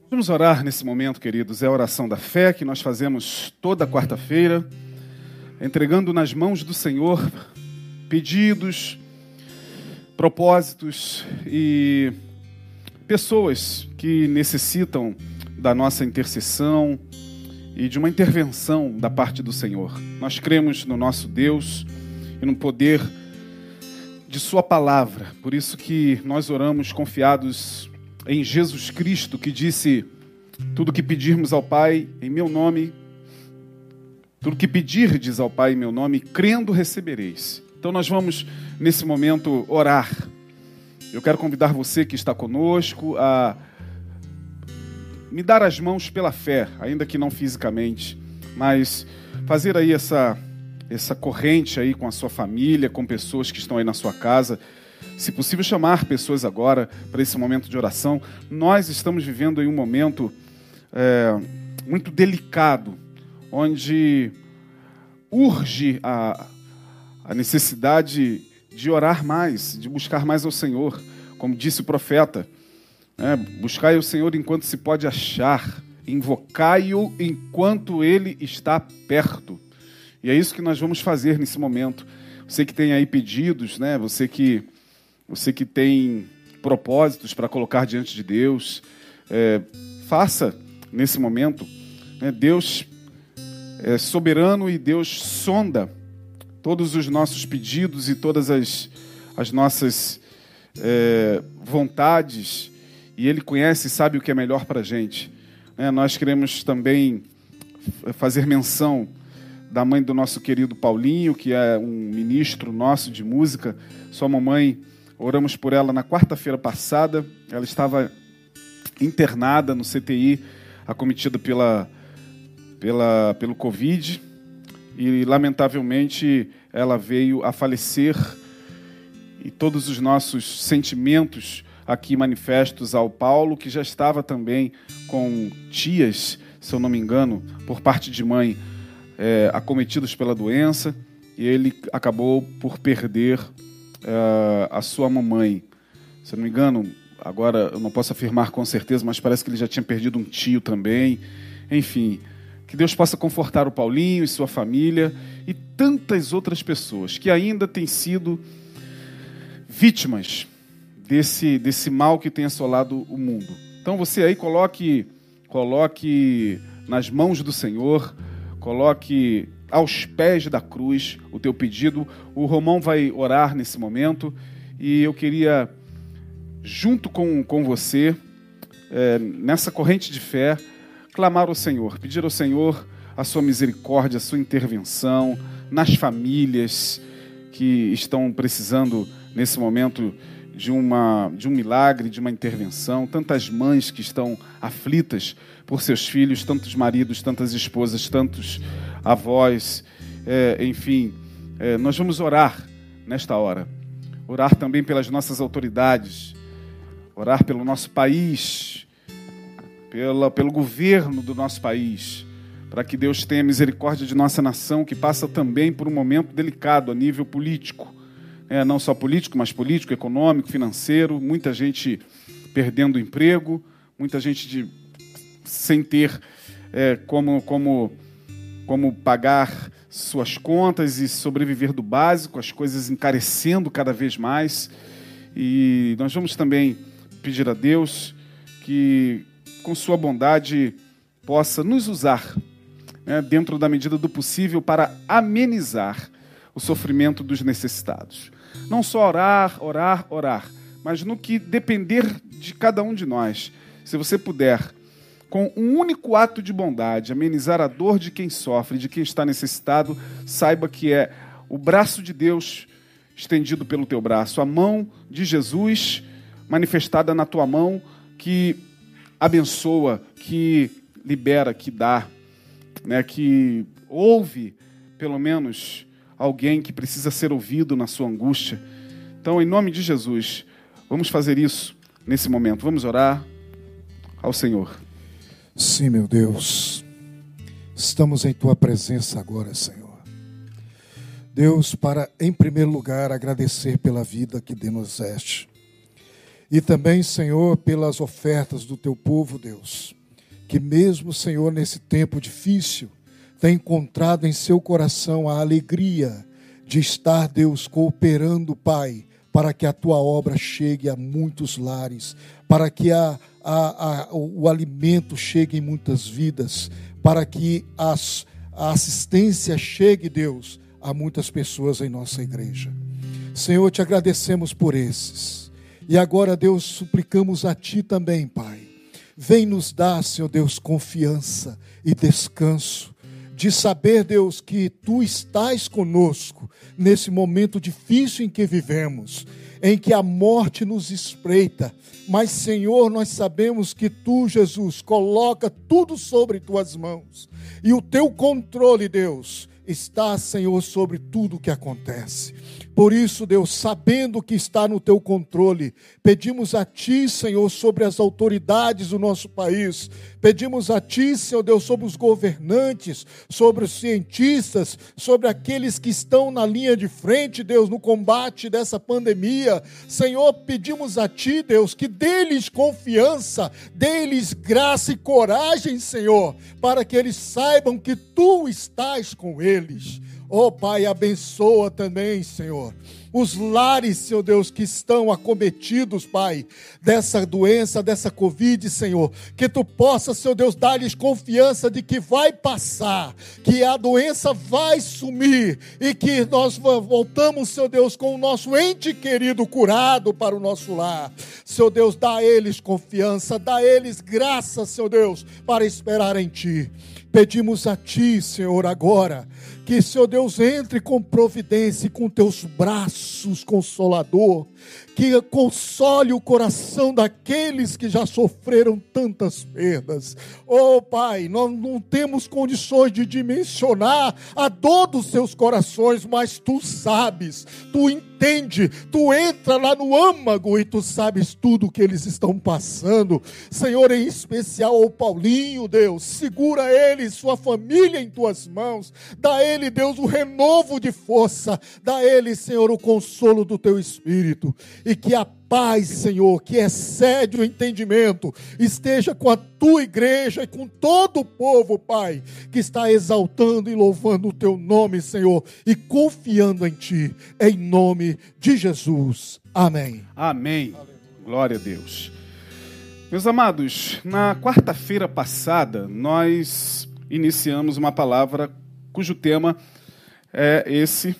Vamos orar nesse momento, queridos. É a oração da fé que nós fazemos toda quarta-feira, entregando nas mãos do Senhor pedidos, propósitos e pessoas que necessitam da nossa intercessão e de uma intervenção da parte do Senhor. Nós cremos no nosso Deus e no poder de Sua palavra. Por isso que nós oramos confiados em Jesus Cristo, que disse: tudo que pedirmos ao Pai em meu nome, tudo que pedirdes ao Pai em meu nome, crendo recebereis. Então nós vamos, nesse momento, orar. Eu quero convidar você que está conosco a me dar as mãos pela fé, ainda que não fisicamente, mas fazer aí essa corrente aí com a sua família, com pessoas que estão aí na sua casa. Se possível, chamar pessoas agora para esse momento de oração. Nós estamos vivendo aí um momento muito delicado, onde urge a necessidade de orar mais, de buscar mais ao Senhor. Como disse o profeta, buscai o Senhor enquanto se pode achar, invocai-o enquanto Ele está perto. E é isso que nós vamos fazer nesse momento. Você que tem aí pedidos, né? Você que tem propósitos para colocar diante de Deus, faça nesse momento. Né? Deus é soberano e Deus sonda todos os nossos pedidos e todas as nossas vontades, e Ele conhece e sabe o que é melhor para a gente. Nós queremos também fazer menção da mãe do nosso querido Paulinho, que é um ministro nosso de música. Sua mamãe, oramos por ela na quarta-feira passada. Ela estava internada no CTI, acometida pelo Covid, e lamentavelmente ela veio a falecer, e todos os nossos sentimentos aqui manifestos ao Paulo, que já estava também com tias, se eu não me engano, por parte de mãe, acometidos pela doença, e ele acabou por perder a sua mamãe. Se eu não me engano, agora eu não posso afirmar com certeza, mas parece que ele já tinha perdido um tio também. Enfim, que Deus possa confortar o Paulinho e sua família e tantas outras pessoas que ainda têm sido vítimas desse mal que tem assolado o mundo. Então você aí coloque nas mãos do Senhor, coloque aos pés da cruz o teu pedido. O Romão vai orar nesse momento e eu queria, junto com você, nessa corrente de fé, clamar ao Senhor, pedir ao Senhor a sua misericórdia, a sua intervenção nas famílias que estão precisando nesse momento de um milagre, de uma intervenção. Tantas mães que estão aflitas por seus filhos, tantos maridos, tantas esposas, tantos avós, enfim. Nós vamos orar nesta hora. Orar também pelas nossas autoridades, orar pelo nosso país, pelo governo do nosso país, para que Deus tenha misericórdia de nossa nação, que passa também por um momento delicado a nível político. Não só político, mas político, econômico, financeiro, muita gente perdendo o emprego, muita gente sem ter como pagar suas contas e sobreviver do básico, as coisas encarecendo cada vez mais. E nós vamos também pedir a Deus que, com sua bondade, possa nos usar, dentro da medida do possível, para amenizar o sofrimento dos necessitados. Não só orar, mas no que depender de cada um de nós. Se você puder, com um único ato de bondade, amenizar a dor de quem sofre, de quem está necessitado, saiba que é o braço de Deus estendido pelo teu braço, a mão de Jesus manifestada na tua mão, que abençoa, que libera, que dá, que ouve, pelo menos, alguém que precisa ser ouvido na sua angústia. Então, em nome de Jesus, vamos fazer isso nesse momento. Vamos orar ao Senhor. Sim, meu Deus. Estamos em Tua presença agora, Senhor. Deus, para, em primeiro lugar, agradecer pela vida que nos deste. E também, Senhor, pelas ofertas do Teu povo, Deus. que mesmo, Senhor, nesse tempo difícil, tem encontrado em seu coração a alegria de estar, Deus, cooperando, Pai, para que a tua obra chegue a muitos lares, para que o alimento chegue em muitas vidas, para que a assistência chegue, Deus, a muitas pessoas em nossa igreja. Senhor, te agradecemos por esses. E agora, Deus, suplicamos a Ti também, Pai. Vem nos dar, Senhor Deus, confiança e descanso, de saber, Deus, que Tu estás conosco nesse momento difícil em que vivemos, em que a morte nos espreita. Mas, Senhor, nós sabemos que Tu, Jesus, coloca tudo sobre Tuas mãos. E o Teu controle, Deus, está, Senhor, sobre tudo o que acontece. Por isso, Deus, sabendo que está no Teu controle, pedimos a Ti, Senhor, sobre as autoridades do nosso país. Pedimos a Ti, Senhor Deus, sobre os governantes, sobre os cientistas, sobre aqueles que estão na linha de frente, Deus, no combate dessa pandemia. Senhor, pedimos a Ti, Deus, que dê-lhes confiança, dê-lhes graça e coragem, Senhor, para que eles saibam que Tu estás com eles. Oh, Pai, abençoa também, Senhor, os lares, Senhor Deus, que estão acometidos, Pai, dessa doença, dessa Covid, Senhor, que Tu possa, Senhor Deus, dar-lhes confiança de que vai passar, que a doença vai sumir e que nós voltamos, Senhor Deus, com o nosso ente querido curado para o nosso lar. Senhor Deus, dá a eles confiança, dá a eles graça, Senhor Deus, para esperar em Ti. Pedimos a Ti, Senhor, agora, que, Senhor Deus, entre com providência e com Teus braços consolador, que console o coração daqueles que já sofreram tantas perdas. Oh, Pai, nós não temos condições de dimensionar a dor dos seus corações, mas Tu sabes, Tu entende, Tu entra lá no âmago e Tu sabes tudo o que eles estão passando. Senhor, em especial ao Paulinho, Deus, segura ele, sua família em Tuas mãos, dá a ele, Deus, o renovo de força, dá a ele, Senhor, o consolo do Teu Espírito, e que a paz, Senhor, que excede o entendimento, esteja com a Tua igreja e com todo o povo, Pai, que está exaltando e louvando o Teu nome, Senhor, e confiando em Ti, em nome de Jesus. Amém. Amém. Glória a Deus. Meus amados, na quarta-feira passada, nós iniciamos uma palavra cujo tema é esse: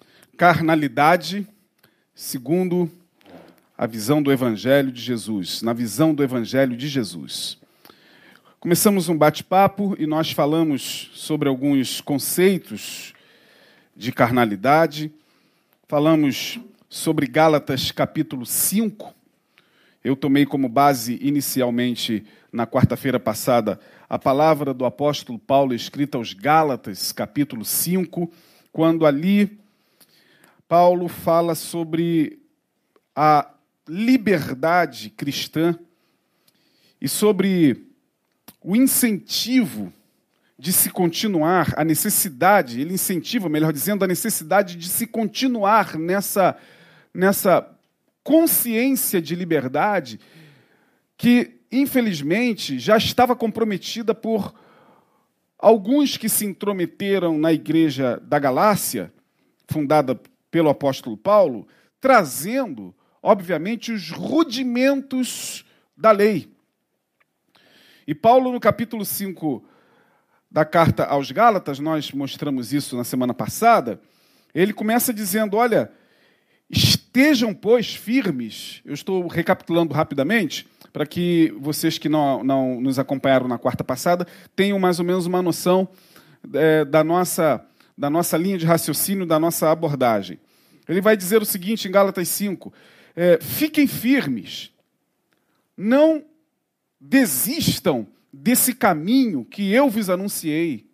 carnalidade segundo a visão do Evangelho de Jesus, na visão do Evangelho de Jesus. Começamos um bate-papo e nós falamos sobre alguns conceitos de carnalidade, falamos sobre Gálatas capítulo 5, eu tomei como base inicialmente, na quarta-feira passada, a palavra do apóstolo Paulo escrita aos Gálatas capítulo 5, quando ali Paulo fala sobre a liberdade cristã e sobre o incentivo de se continuar, a necessidade, ele incentiva, melhor dizendo, a necessidade de se continuar nessa consciência de liberdade que, infelizmente, já estava comprometida por alguns que se intrometeram na igreja da Galácia, fundada pelo apóstolo Paulo, trazendo, obviamente, os rudimentos da lei. E Paulo, no capítulo 5 da carta aos Gálatas, nós mostramos isso na semana passada, ele começa dizendo, olha, estejam, pois, firmes. Eu estou recapitulando rapidamente, para que vocês que não nos acompanharam na quarta passada tenham mais ou menos uma noção da nossa linha de raciocínio, da nossa abordagem. Ele vai dizer o seguinte em Gálatas 5, fiquem firmes, não desistam desse caminho que eu vos anunciei.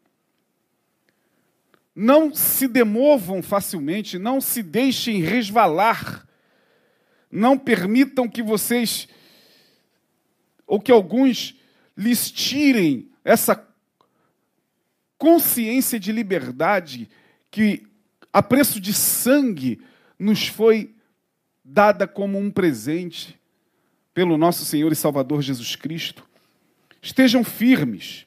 Não se demovam facilmente, não se deixem resvalar, não permitam que vocês, ou que alguns lhes tirem essa consciência de liberdade que, a preço de sangue, nos foi dada como um presente pelo nosso Senhor e Salvador Jesus Cristo. Estejam firmes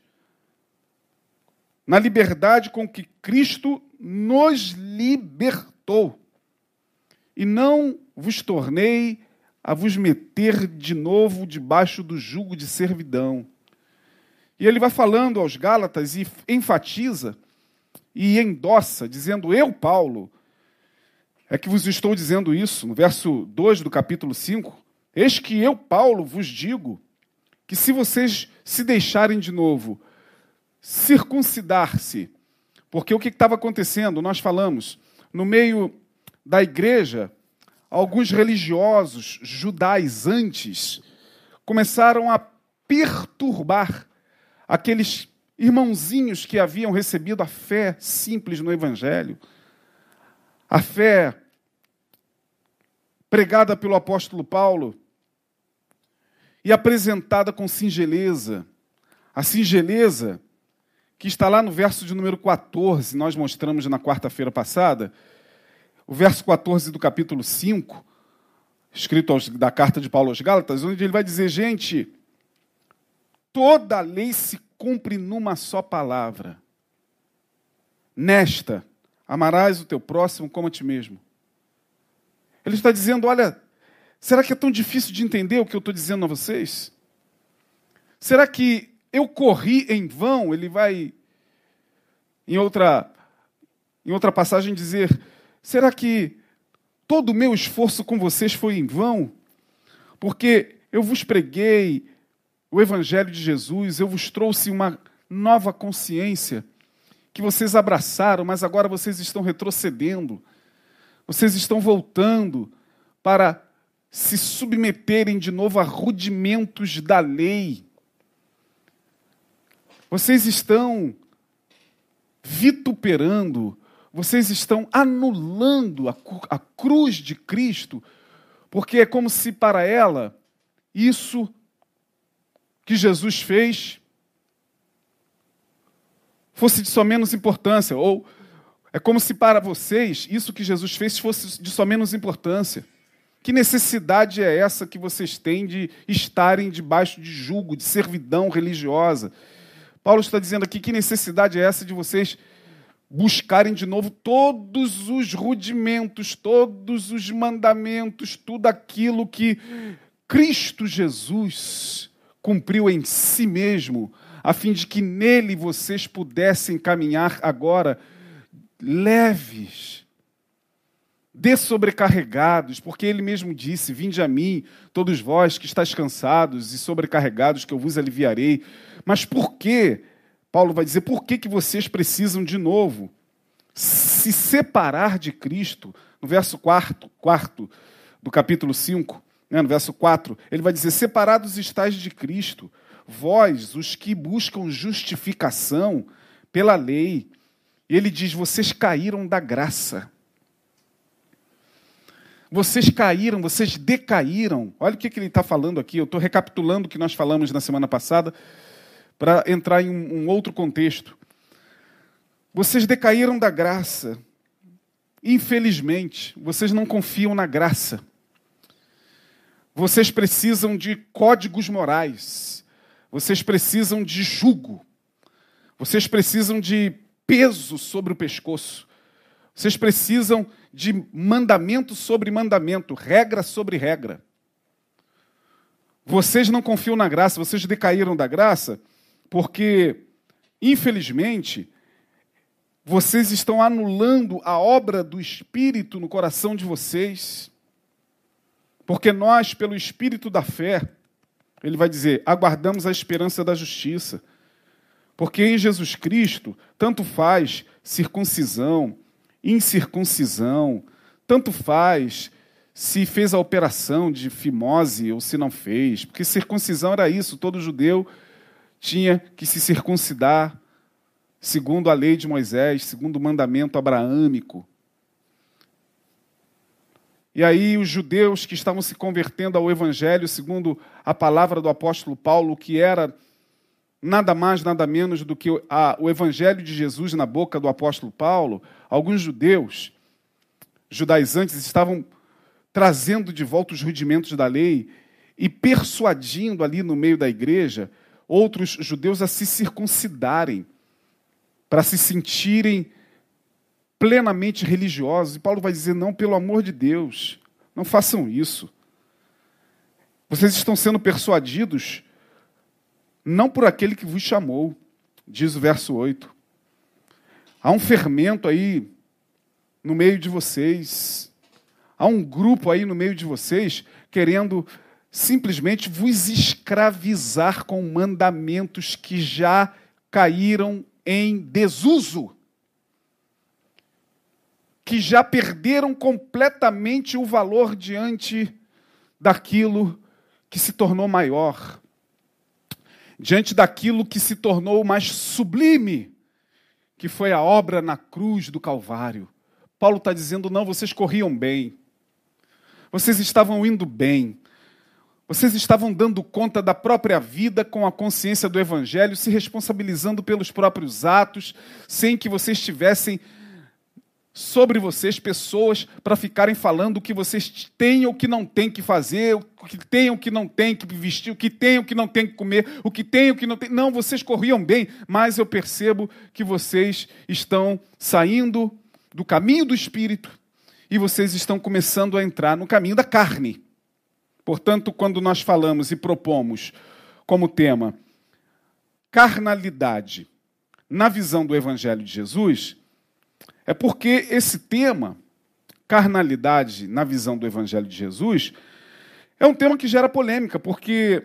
na liberdade com que Cristo nos libertou. E não vos tornei a vos meter de novo debaixo do jugo de servidão. E ele vai falando aos Gálatas e enfatiza e endossa, dizendo: eu, Paulo, é que vos estou dizendo isso, no verso 2 do capítulo 5, eis que eu, Paulo, vos digo que se vocês se deixarem de novo circuncidar-se, porque o que estava acontecendo, nós falamos, no meio da igreja, alguns religiosos judaizantes começaram a perturbar aqueles irmãozinhos que haviam recebido a fé simples no Evangelho, a fé pregada pelo apóstolo Paulo e apresentada com singeleza. A singeleza que está lá no verso de número 14, nós mostramos na quarta-feira passada, o verso 14 do capítulo 5, escrito da carta de Paulo aos Gálatas, onde ele vai dizer: gente, toda a lei se cumpre numa só palavra. Nesta, amarás o teu próximo como a ti mesmo. Ele está dizendo: olha, será que é tão difícil de entender o que eu estou dizendo a vocês? Será que eu corri em vão? Ele vai, em outra passagem, dizer: será que todo o meu esforço com vocês foi em vão? Porque eu vos preguei o Evangelho de Jesus, eu vos trouxe uma nova consciência que vocês abraçaram, mas agora vocês estão retrocedendo. Vocês estão voltando para se submeterem de novo a rudimentos da lei. Vocês estão vituperando, vocês estão anulando a cruz de Cristo, porque é como se para ela isso que Jesus fez fosse de só menos importância, ou é como se para vocês isso que Jesus fez fosse de só menos importância. Que necessidade é essa que vocês têm de estarem debaixo de jugo, de servidão religiosa? Paulo está dizendo aqui: que necessidade é essa de vocês buscarem de novo todos os rudimentos, todos os mandamentos, tudo aquilo que Cristo Jesus cumpriu em si mesmo, a fim de que nele vocês pudessem caminhar agora leves, dessobrecarregados, porque ele mesmo disse: vinde a mim, todos vós que estáis cansados e sobrecarregados, que eu vos aliviarei. Mas por quê? Paulo vai dizer: por que vocês precisam de novo se separar de Cristo? No verso 4 do capítulo 5, no verso 4, ele vai dizer: separados estáis de Cristo, vós, os que buscam justificação pela lei. E ele diz: vocês caíram da graça. Vocês caíram, vocês decaíram. Olha o que ele está falando aqui. Eu estou recapitulando o que nós falamos na semana passada para entrar em um outro contexto. Vocês decaíram da graça. Infelizmente, vocês não confiam na graça. Vocês precisam de códigos morais. Vocês precisam de jugo. Vocês precisam de peso sobre o pescoço. Vocês precisam de mandamento sobre mandamento, regra sobre regra. Vocês não confiam na graça, vocês decaíram da graça, porque, infelizmente, vocês estão anulando a obra do Espírito no coração de vocês. Porque nós, pelo Espírito da fé, ele vai dizer, aguardamos a esperança da justiça. Porque em Jesus Cristo, tanto faz circuncisão, incircuncisão, tanto faz se fez a operação de fimose ou se não fez. Porque circuncisão era isso, todo judeu tinha que se circuncidar segundo a lei de Moisés, segundo o mandamento abraâmico. E aí os judeus que estavam se convertendo ao Evangelho, segundo a palavra do apóstolo Paulo, que era nada mais, nada menos do que o Evangelho de Jesus na boca do apóstolo Paulo, alguns judeus, judaizantes, estavam trazendo de volta os rudimentos da lei e persuadindo ali no meio da igreja outros judeus a se circuncidarem, para se sentirem plenamente religiosos. E Paulo vai dizer, não, pelo amor de Deus, não façam isso. Vocês estão sendo persuadidos não por aquele que vos chamou, diz o verso 8. Há um fermento aí no meio de vocês, há um grupo aí no meio de vocês querendo simplesmente vos escravizar com mandamentos que já caíram em desuso, que já perderam completamente o valor diante daquilo que se tornou maior, diante daquilo que se tornou mais sublime, que foi a obra na cruz do Calvário. Paulo está dizendo, não, vocês corriam bem, vocês estavam indo bem, vocês estavam dando conta da própria vida com a consciência do Evangelho, se responsabilizando pelos próprios atos, sem que vocês tivessem sobre vocês pessoas para ficarem falando o que vocês têm ou que não têm que fazer, o que têm ou que não têm que vestir, o que têm ou que não têm que comer, o que têm ou que não têm. Não, vocês corriam bem, mas eu percebo que vocês estão saindo do caminho do Espírito e vocês estão começando a entrar no caminho da carne. Portanto, quando nós falamos e propomos como tema carnalidade na visão do Evangelho de Jesus, é porque esse tema, carnalidade na visão do Evangelho de Jesus, é um tema que gera polêmica, porque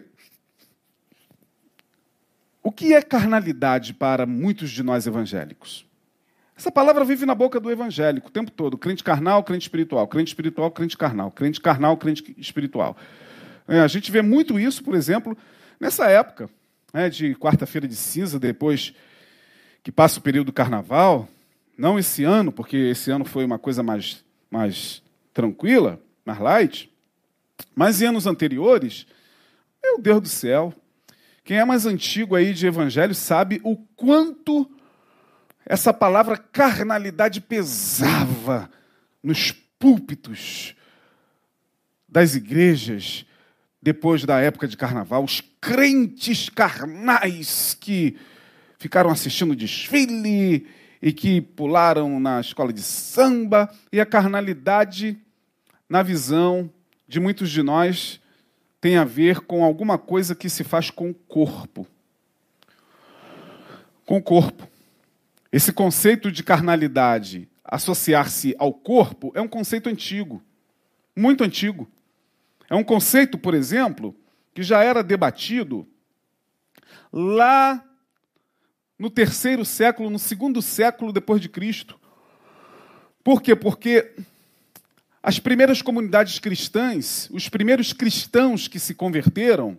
o que é carnalidade para muitos de nós evangélicos? Essa palavra vive na boca do evangélico o tempo todo. Crente carnal, crente espiritual, crente espiritual, crente carnal, crente espiritual. A gente vê muito isso, por exemplo, nessa época, de quarta-feira de cinza, depois que passa o período do carnaval. Não esse ano, porque esse ano foi uma coisa mais tranquila, mais light, mas em anos anteriores, meu Deus do céu, quem é mais antigo aí de evangelho sabe o quanto essa palavra carnalidade pesava nos púlpitos das igrejas depois da época de carnaval. Os crentes carnais que ficaram assistindo o desfile e que pularam na escola de samba, e a carnalidade, na visão de muitos de nós, tem a ver com alguma coisa que se faz com o corpo. Com o corpo. Esse conceito de carnalidade associar-se ao corpo é um conceito antigo, muito antigo. É um conceito, por exemplo, que já era debatido lá no 3º século, no 2º século depois de Cristo. Por quê? Porque as primeiras comunidades cristãs, os primeiros cristãos que se converteram,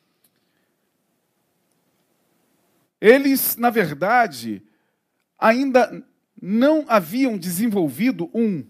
eles, na verdade, ainda não haviam desenvolvido um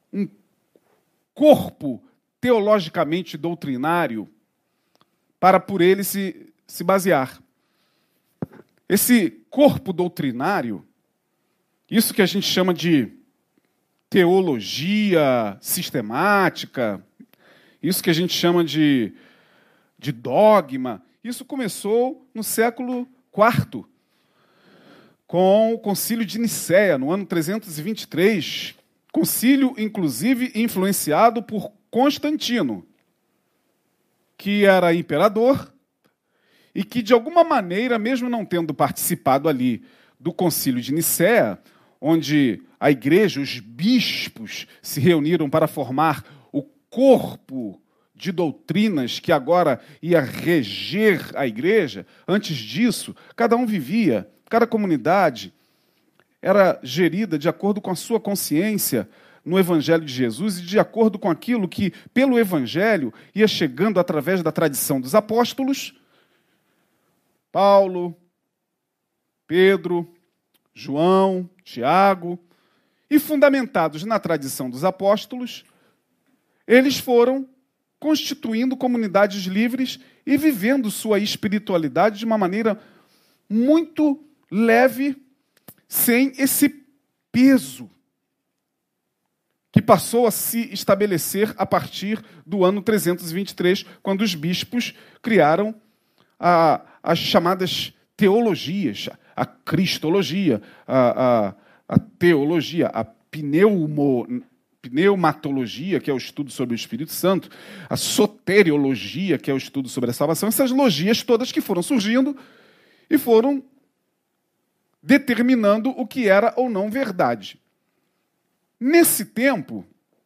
corpo teologicamente doutrinário para por ele se basear. Esse corpo doutrinário, isso que a gente chama de teologia sistemática, isso que a gente chama de dogma, isso começou no século IV, com o Concílio de Nicéia, no ano 323, concílio, inclusive, influenciado por Constantino, que era imperador e que, de alguma maneira, mesmo não tendo participado ali do Concílio de Nicéia, onde a igreja, os bispos, se reuniram para formar o corpo de doutrinas que agora ia reger a igreja, antes disso, cada um vivia, cada comunidade era gerida de acordo com a sua consciência no Evangelho de Jesus e de acordo com aquilo que, pelo Evangelho, ia chegando através da tradição dos apóstolos, Paulo, Pedro, João, Tiago, e fundamentados na tradição dos apóstolos, eles foram constituindo comunidades livres e vivendo sua espiritualidade de uma maneira muito leve, sem esse peso que passou a se estabelecer a partir do ano 323, quando os bispos criaram as chamadas teologias, a cristologia, a teologia, a pneumatologia, que é o estudo sobre o Espírito Santo, a soteriologia, que é o estudo sobre a salvação, essas logias todas que foram surgindo e foram determinando o que era ou não verdade. Nesse tempo,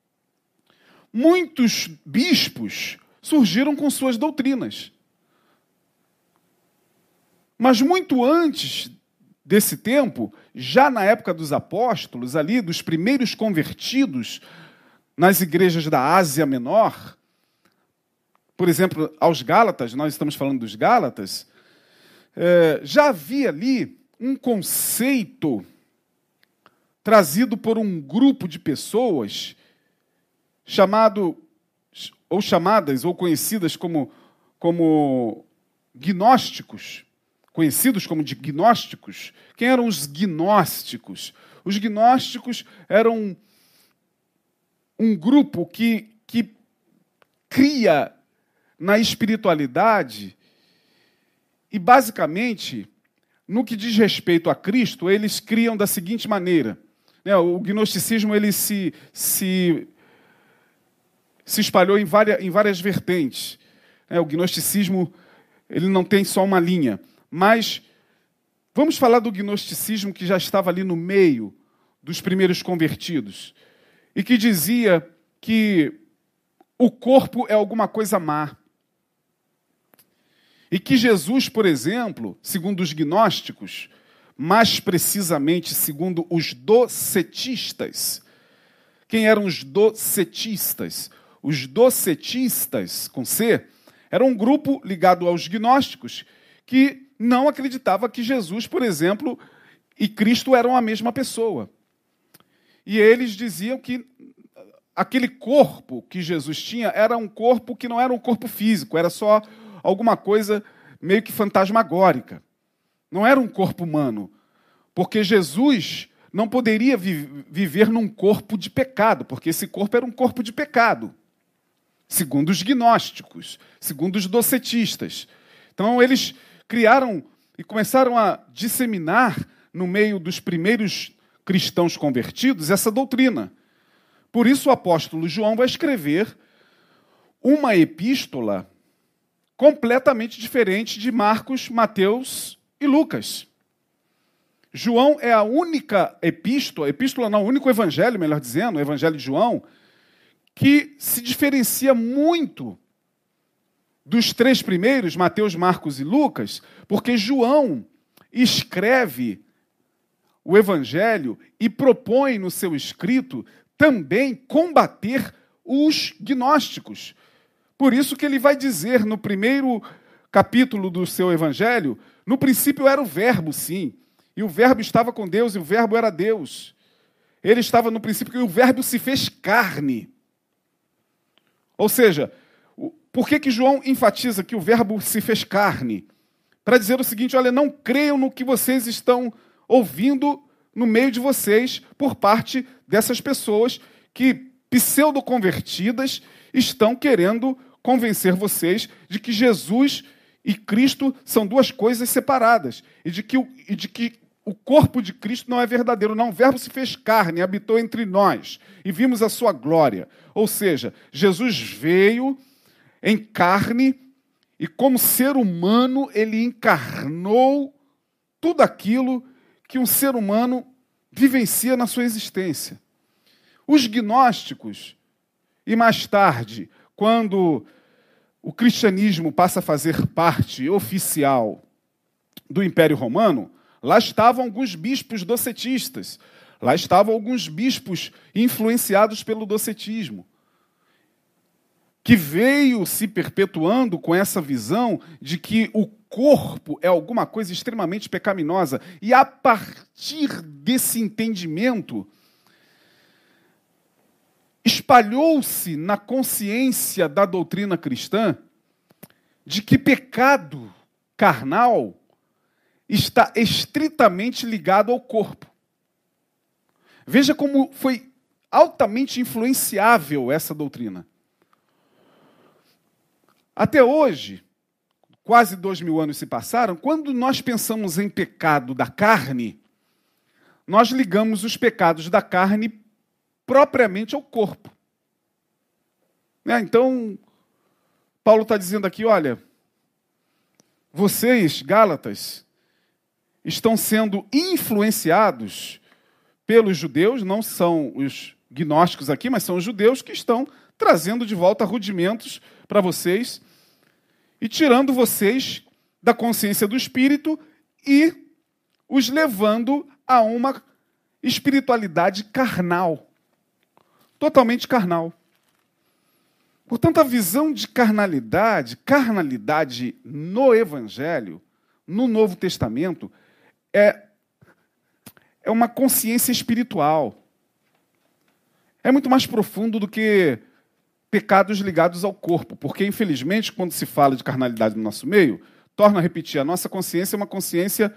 muitos bispos surgiram com suas doutrinas. Mas muito antes desse tempo, já na época dos apóstolos, ali dos primeiros convertidos nas igrejas da Ásia Menor, por exemplo, aos Gálatas, nós estamos falando dos Gálatas, já havia ali um conceito trazido por um grupo de pessoas chamado, ou chamadas, ou conhecidas como gnósticos, conhecidos como de gnósticos. Quem eram os gnósticos? Os gnósticos eram um grupo que cria na espiritualidade e, basicamente, no que diz respeito a Cristo, eles criam da seguinte maneira. O gnosticismo ele se espalhou em várias vertentes. O gnosticismo ele não tem só uma linha. Mas vamos falar do gnosticismo que já estava ali no meio dos primeiros convertidos e que dizia que o corpo é alguma coisa má. E que Jesus, por exemplo, segundo os gnósticos, mais precisamente segundo os docetistas. Quem eram os docetistas? Os docetistas, com C, era um grupo ligado aos gnósticos que não acreditava que Jesus, por exemplo, e Cristo eram a mesma pessoa. E eles diziam que aquele corpo que Jesus tinha era um corpo que não era um corpo físico, era só alguma coisa meio que fantasmagórica. Não era um corpo humano, porque Jesus não poderia viver num corpo de pecado, porque esse corpo era um corpo de pecado, segundo os gnósticos, segundo os docetistas. Então, eles criaram e começaram a disseminar no meio dos primeiros cristãos convertidos essa doutrina. Por isso, o apóstolo João vai escrever uma epístola completamente diferente de Marcos, Mateus e Lucas. João é a única epístola não, o único evangelho, melhor dizendo, o evangelho de João, que se diferencia muito dos três primeiros, Mateus, Marcos e Lucas, porque João escreve o evangelho e propõe no seu escrito também combater os gnósticos. Por isso que ele vai dizer no primeiro capítulo do seu evangelho, no princípio era o verbo, sim, e o verbo estava com Deus e o verbo era Deus. Ele estava no princípio e o verbo se fez carne. Ou seja, por que João enfatiza que o verbo se fez carne? Para dizer o seguinte, olha, não creiam no que vocês estão ouvindo no meio de vocês por parte dessas pessoas que, pseudo-convertidas, estão querendo convencer vocês de que Jesus e Cristo são duas coisas separadas e de que o corpo de Cristo não é verdadeiro. Não, o verbo se fez carne, habitou entre nós e vimos a sua glória. Ou seja, Jesus veio em carne e como ser humano ele encarnou tudo aquilo que um ser humano vivencia na sua existência. Os gnósticos, e mais tarde, quando o cristianismo passa a fazer parte oficial do Império Romano, lá estavam alguns bispos docetistas, lá estavam alguns bispos influenciados pelo docetismo, que veio se perpetuando com essa visão de que o corpo é alguma coisa extremamente pecaminosa. E a partir desse entendimento, espalhou-se na consciência da doutrina cristã de que pecado carnal está estritamente ligado ao corpo. Veja como foi altamente influenciável essa doutrina. Até hoje, quase 2000 anos se passaram, quando nós pensamos em pecado da carne, nós ligamos os pecados da carne propriamente ao corpo. Então, Paulo está dizendo aqui, olha, vocês, Gálatas, estão sendo influenciados pelos judeus, não são os gnósticos aqui, mas são os judeus que estão trazendo de volta rudimentos para vocês e tirando vocês da consciência do Espírito e os levando a uma espiritualidade carnal, totalmente carnal. Portanto, a visão de carnalidade no Evangelho, no Novo Testamento, é uma consciência espiritual. É muito mais profundo do que pecados ligados ao corpo, porque, infelizmente, quando se fala de carnalidade no nosso meio, torno a repetir, a nossa consciência é uma consciência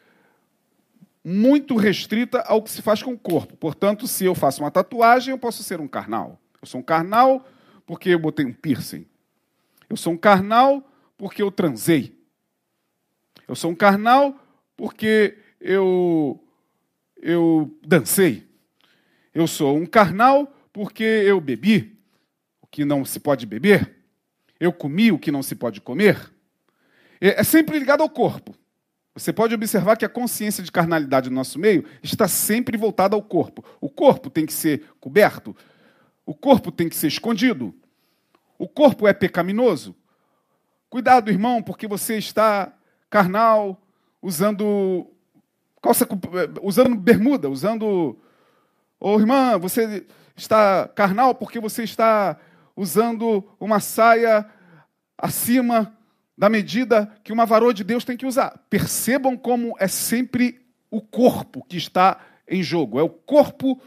muito restrita ao que se faz com o corpo. Portanto, se eu faço uma tatuagem, eu posso ser um carnal. Eu sou um carnal porque eu botei um piercing. Eu sou um carnal porque eu transei. Eu sou um carnal porque eu dancei. Eu sou um carnal porque eu bebi o que não se pode beber. Eu comi o que não se pode comer. É sempre ligado ao corpo. Você pode observar que a consciência de carnalidade no nosso meio está sempre voltada ao corpo. O corpo tem que ser coberto. O corpo tem que ser escondido. O corpo é pecaminoso. Cuidado, irmão, porque você está carnal, usando bermuda, Ô, irmã, você está carnal porque você está usando uma saia acima da medida que uma varoa de Deus tem que usar. Percebam como é sempre o corpo que está em jogo. É o corpo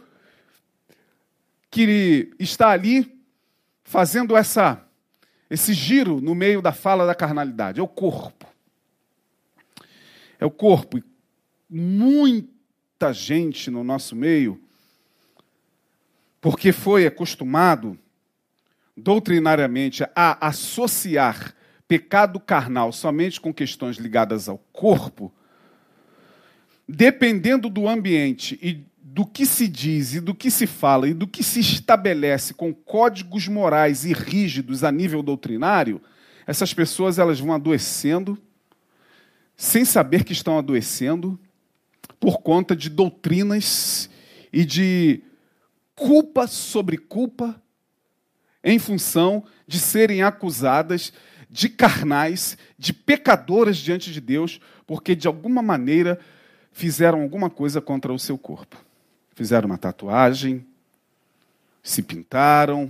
que está ali fazendo esse giro no meio da fala da carnalidade. É o corpo. É o corpo. E muita gente no nosso meio, porque foi acostumado doutrinariamente a associar pecado carnal somente com questões ligadas ao corpo, dependendo do ambiente e do que se diz e do que se fala e do que se estabelece com códigos morais e rígidos a nível doutrinário, essas pessoas elas vão adoecendo sem saber que estão adoecendo por conta de doutrinas e de culpa sobre culpa em função de serem acusadas de carnais, de pecadoras diante de Deus, porque de alguma maneira fizeram alguma coisa contra o seu corpo. Fizeram uma tatuagem, se pintaram,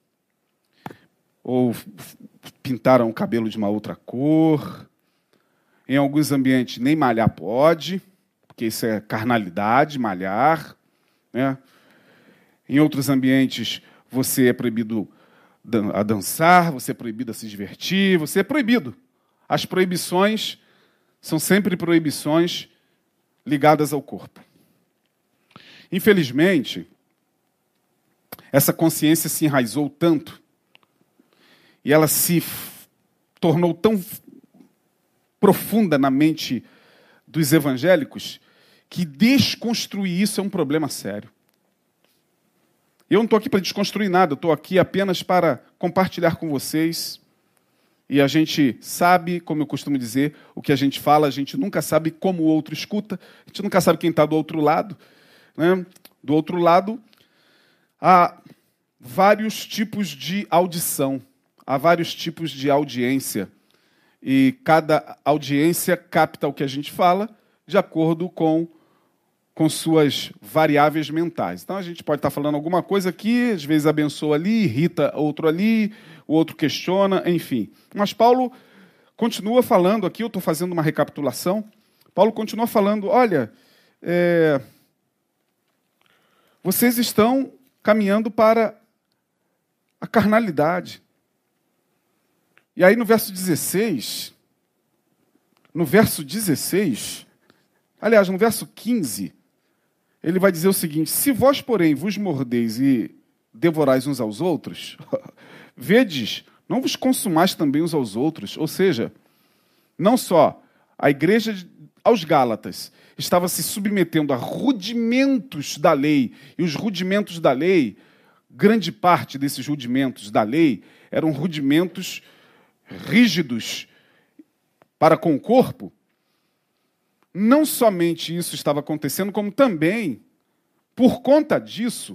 ou pintaram o cabelo de uma outra cor. Em alguns ambientes nem malhar pode, porque isso é carnalidade, malhar, né? Em outros ambientes você é proibido a dançar, você é proibido a se divertir, você é proibido. As proibições são sempre proibições ligadas ao corpo. Infelizmente, essa consciência se enraizou tanto e ela se tornou tão profunda na mente dos evangélicos que desconstruir isso é um problema sério. Eu não estou aqui para desconstruir nada, eu estou aqui apenas para compartilhar com vocês. E a gente sabe, como eu costumo dizer, o que a gente fala, a gente nunca sabe como o outro escuta, a gente nunca sabe quem está do outro lado. Né? Do outro lado, há vários tipos de audição, há vários tipos de audiência. E cada audiência capta o que a gente fala de acordo com suas variáveis mentais. Então, a gente pode estar falando alguma coisa aqui, às vezes abençoa ali, irrita outro ali, o outro questiona, enfim. Mas Paulo continua falando aqui, eu estou fazendo uma recapitulação, Paulo continua falando, olha, vocês estão caminhando para a carnalidade. E aí no verso 16, aliás, no verso 15, ele vai dizer o seguinte: se vós, porém, vos mordeis e devorais uns aos outros, vedes, não vos consumais também uns aos outros. Ou seja, não só a igreja aos Gálatas estava se submetendo a rudimentos da lei, e os rudimentos da lei, grande parte desses rudimentos da lei, eram rudimentos rígidos para com o corpo. Não somente isso estava acontecendo, como também, por conta disso,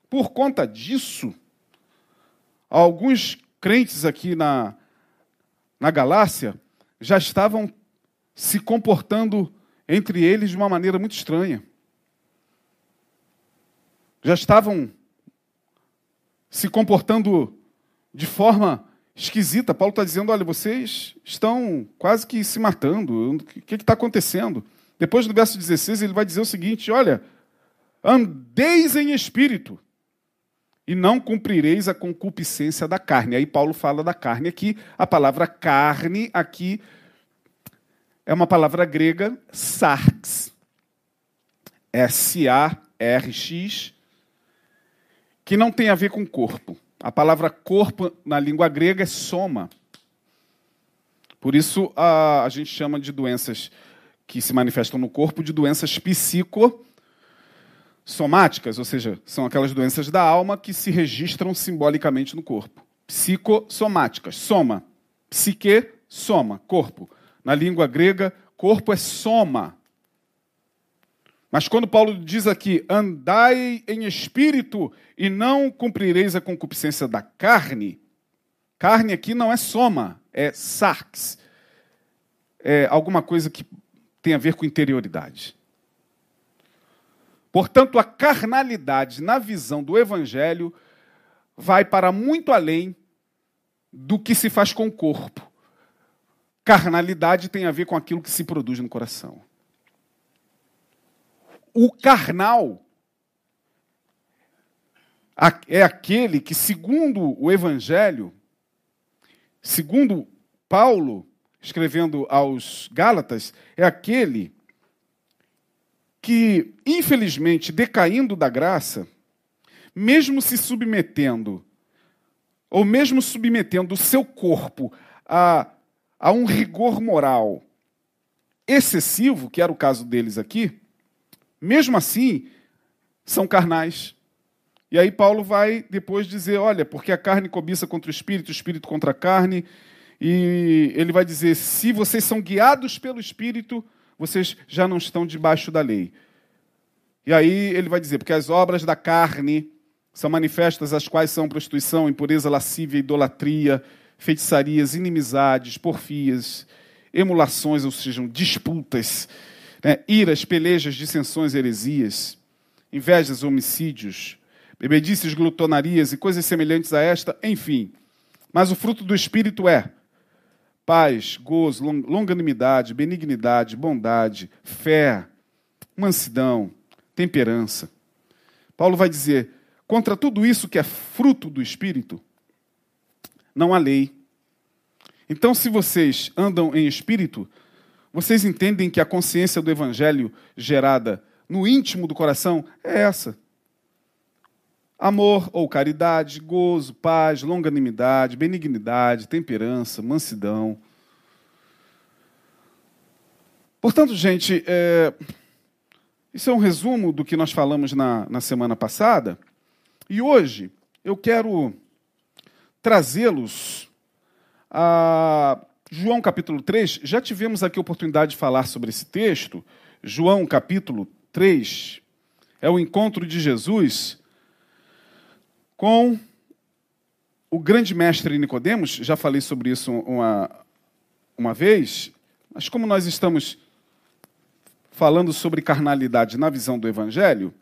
alguns crentes aqui na Galácia já estavam se comportando entre eles de uma maneira muito estranha. Já estavam se comportando de forma esquisita. Paulo está dizendo, olha, vocês estão quase que se matando. O que está acontecendo? Depois do verso 16, ele vai dizer o seguinte, olha, andeis em espírito e não cumprireis a concupiscência da carne. Aí Paulo fala da carne aqui. A palavra carne aqui é uma palavra grega, sarx, S-A-R-X, que não tem a ver com corpo. A palavra corpo na língua grega é soma. Por isso a gente chama de doenças que se manifestam no corpo de doenças psicossomáticas, ou seja, são aquelas doenças da alma que se registram simbolicamente no corpo. Psicossomáticas, soma. Psique, soma, corpo. Na língua grega, corpo é soma. Mas quando Paulo diz aqui, andai em espírito e não cumprireis a concupiscência da carne, carne aqui não é soma, é sarx. É alguma coisa que tem a ver com interioridade. Portanto, a carnalidade, na visão do Evangelho, vai para muito além do que se faz com o corpo. Carnalidade tem a ver com aquilo que se produz no coração. O carnal é aquele que, segundo o Evangelho, segundo Paulo, escrevendo aos Gálatas, é aquele que, infelizmente, decaindo da graça, mesmo se submetendo, ou mesmo submetendo o seu corpo a um rigor moral excessivo, que era o caso deles aqui, mesmo assim, são carnais. E aí Paulo vai depois dizer, olha, porque a carne cobiça contra o espírito contra a carne, e ele vai dizer, se vocês são guiados pelo Espírito, vocês já não estão debaixo da lei. E aí ele vai dizer, porque as obras da carne são manifestas, as quais são prostituição, impureza, lascívia, idolatria, feitiçarias, inimizades, porfias, emulações, ou seja, disputas, iras, pelejas, dissensões, heresias, invejas, homicídios, bebedices, glutonarias e coisas semelhantes a esta, enfim. Mas o fruto do Espírito é paz, gozo, longanimidade, benignidade, bondade, fé, mansidão, temperança. Paulo vai dizer, contra tudo isso que é fruto do Espírito, não há lei. Então, se vocês andam em Espírito, vocês entendem que a consciência do Evangelho gerada no íntimo do coração é essa. Amor ou caridade, gozo, paz, longanimidade, benignidade, temperança, mansidão. Portanto, gente, isso é um resumo do que nós falamos na semana passada. E hoje eu quero trazê-los a João capítulo 3. Já tivemos aqui a oportunidade de falar sobre esse texto. João capítulo 3 é o encontro de Jesus com o grande mestre Nicodemos. Já falei sobre isso uma vez, mas como nós estamos falando sobre carnalidade na visão do Evangelho,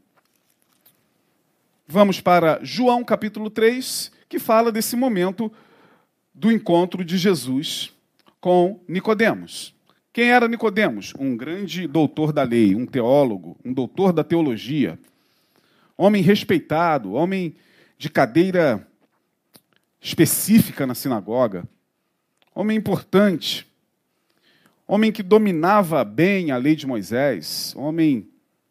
vamos para João capítulo 3, que fala desse momento do encontro de Jesus com Nicodemos. Quem era Nicodemos? Um grande doutor da lei, um teólogo, um doutor da teologia, homem respeitado, homem de cadeira específica na sinagoga, homem importante, homem que dominava bem a lei de Moisés, homem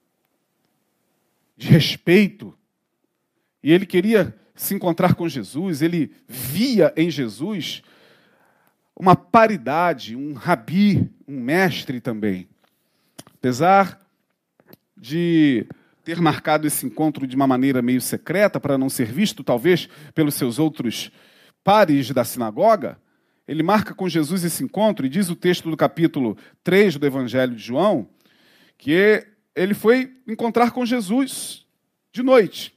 de respeito, e ele queria se encontrar com Jesus, ele via em Jesus uma paridade, um rabi, um mestre também. Apesar de ter marcado esse encontro de uma maneira meio secreta, para não ser visto, talvez, pelos seus outros pares da sinagoga, ele marca com Jesus esse encontro, e diz o texto do capítulo 3 do Evangelho de João, que ele foi encontrar com Jesus de noite.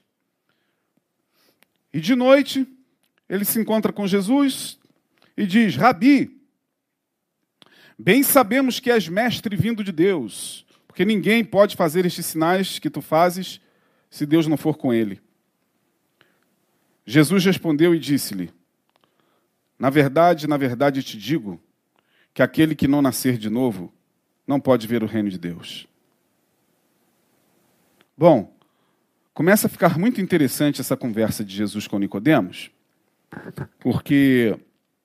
E de noite, ele se encontra com Jesus e diz: Rabi, bem sabemos que és mestre vindo de Deus, porque ninguém pode fazer estes sinais que tu fazes se Deus não for com ele. Jesus respondeu e disse-lhe: na verdade te digo que aquele que não nascer de novo não pode ver o reino de Deus. Bom, começa a ficar muito interessante essa conversa de Jesus com Nicodemos, porque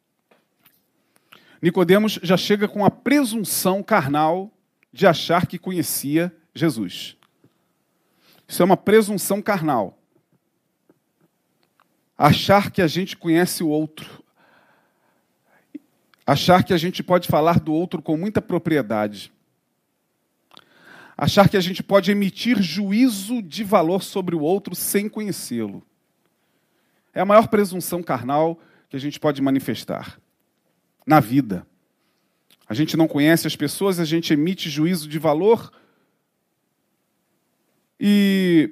Nicodemos já chega com a presunção carnal de achar que conhecia Jesus. Isso é uma presunção carnal. Achar que a gente conhece o outro. Achar que a gente pode falar do outro com muita propriedade. Achar que a gente pode emitir juízo de valor sobre o outro sem conhecê-lo. É a maior presunção carnal que a gente pode manifestar na vida. A gente não conhece as pessoas, a gente emite juízo de valor e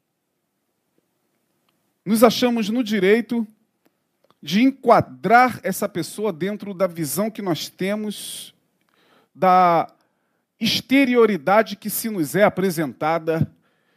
nos achamos no direito de enquadrar essa pessoa dentro da visão que nós temos, da exterioridade que se nos é apresentada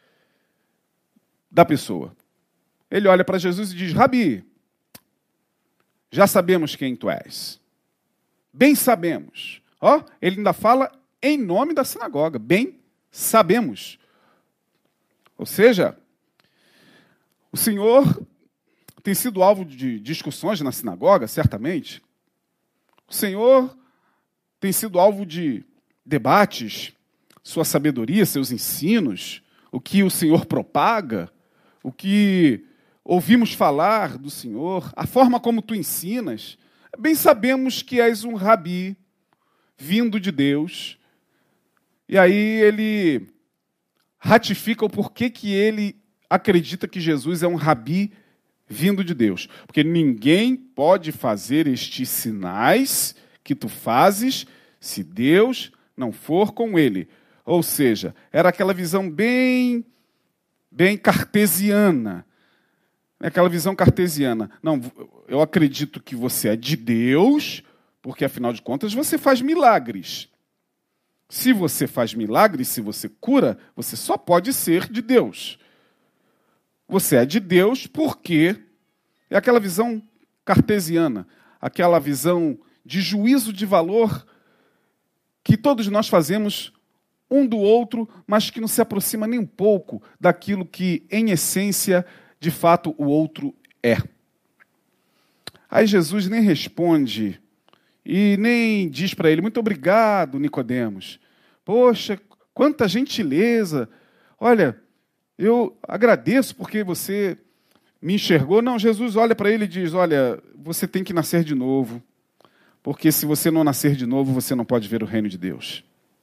da pessoa. Ele olha para Jesus e diz: Rabi, já sabemos quem tu és. Bem sabemos. Ele ainda fala em nome da sinagoga. Bem sabemos. Ou seja, o Senhor tem sido alvo de discussões na sinagoga, certamente. O Senhor tem sido alvo de debates, sua sabedoria, seus ensinos, o que o Senhor propaga, o que ouvimos falar do Senhor, a forma como tu ensinas. Bem sabemos que és um rabi vindo de Deus. E aí ele ratifica o porquê que ele acredita que Jesus é um rabi vindo de Deus. Porque ninguém pode fazer estes sinais que tu fazes se Deus não for com ele. Ou seja, era aquela visão bem cartesiana. Aquela visão cartesiana. Não, eu acredito que você é de Deus, porque, afinal de contas, você faz milagres. Se você faz milagres, se você cura, você só pode ser de Deus. Você é de Deus porque é aquela visão cartesiana, aquela visão de juízo de valor que todos nós fazemos um do outro, mas que não se aproxima nem um pouco daquilo que, em essência, de fato, o outro é. Aí Jesus nem responde e nem diz para ele: muito obrigado, Nicodemos. Poxa, quanta gentileza. Olha, eu agradeço porque você me enxergou. Não, Jesus olha para ele e diz: olha, você tem que nascer de novo, porque se você não nascer de novo, você não pode ver o reino de Deus.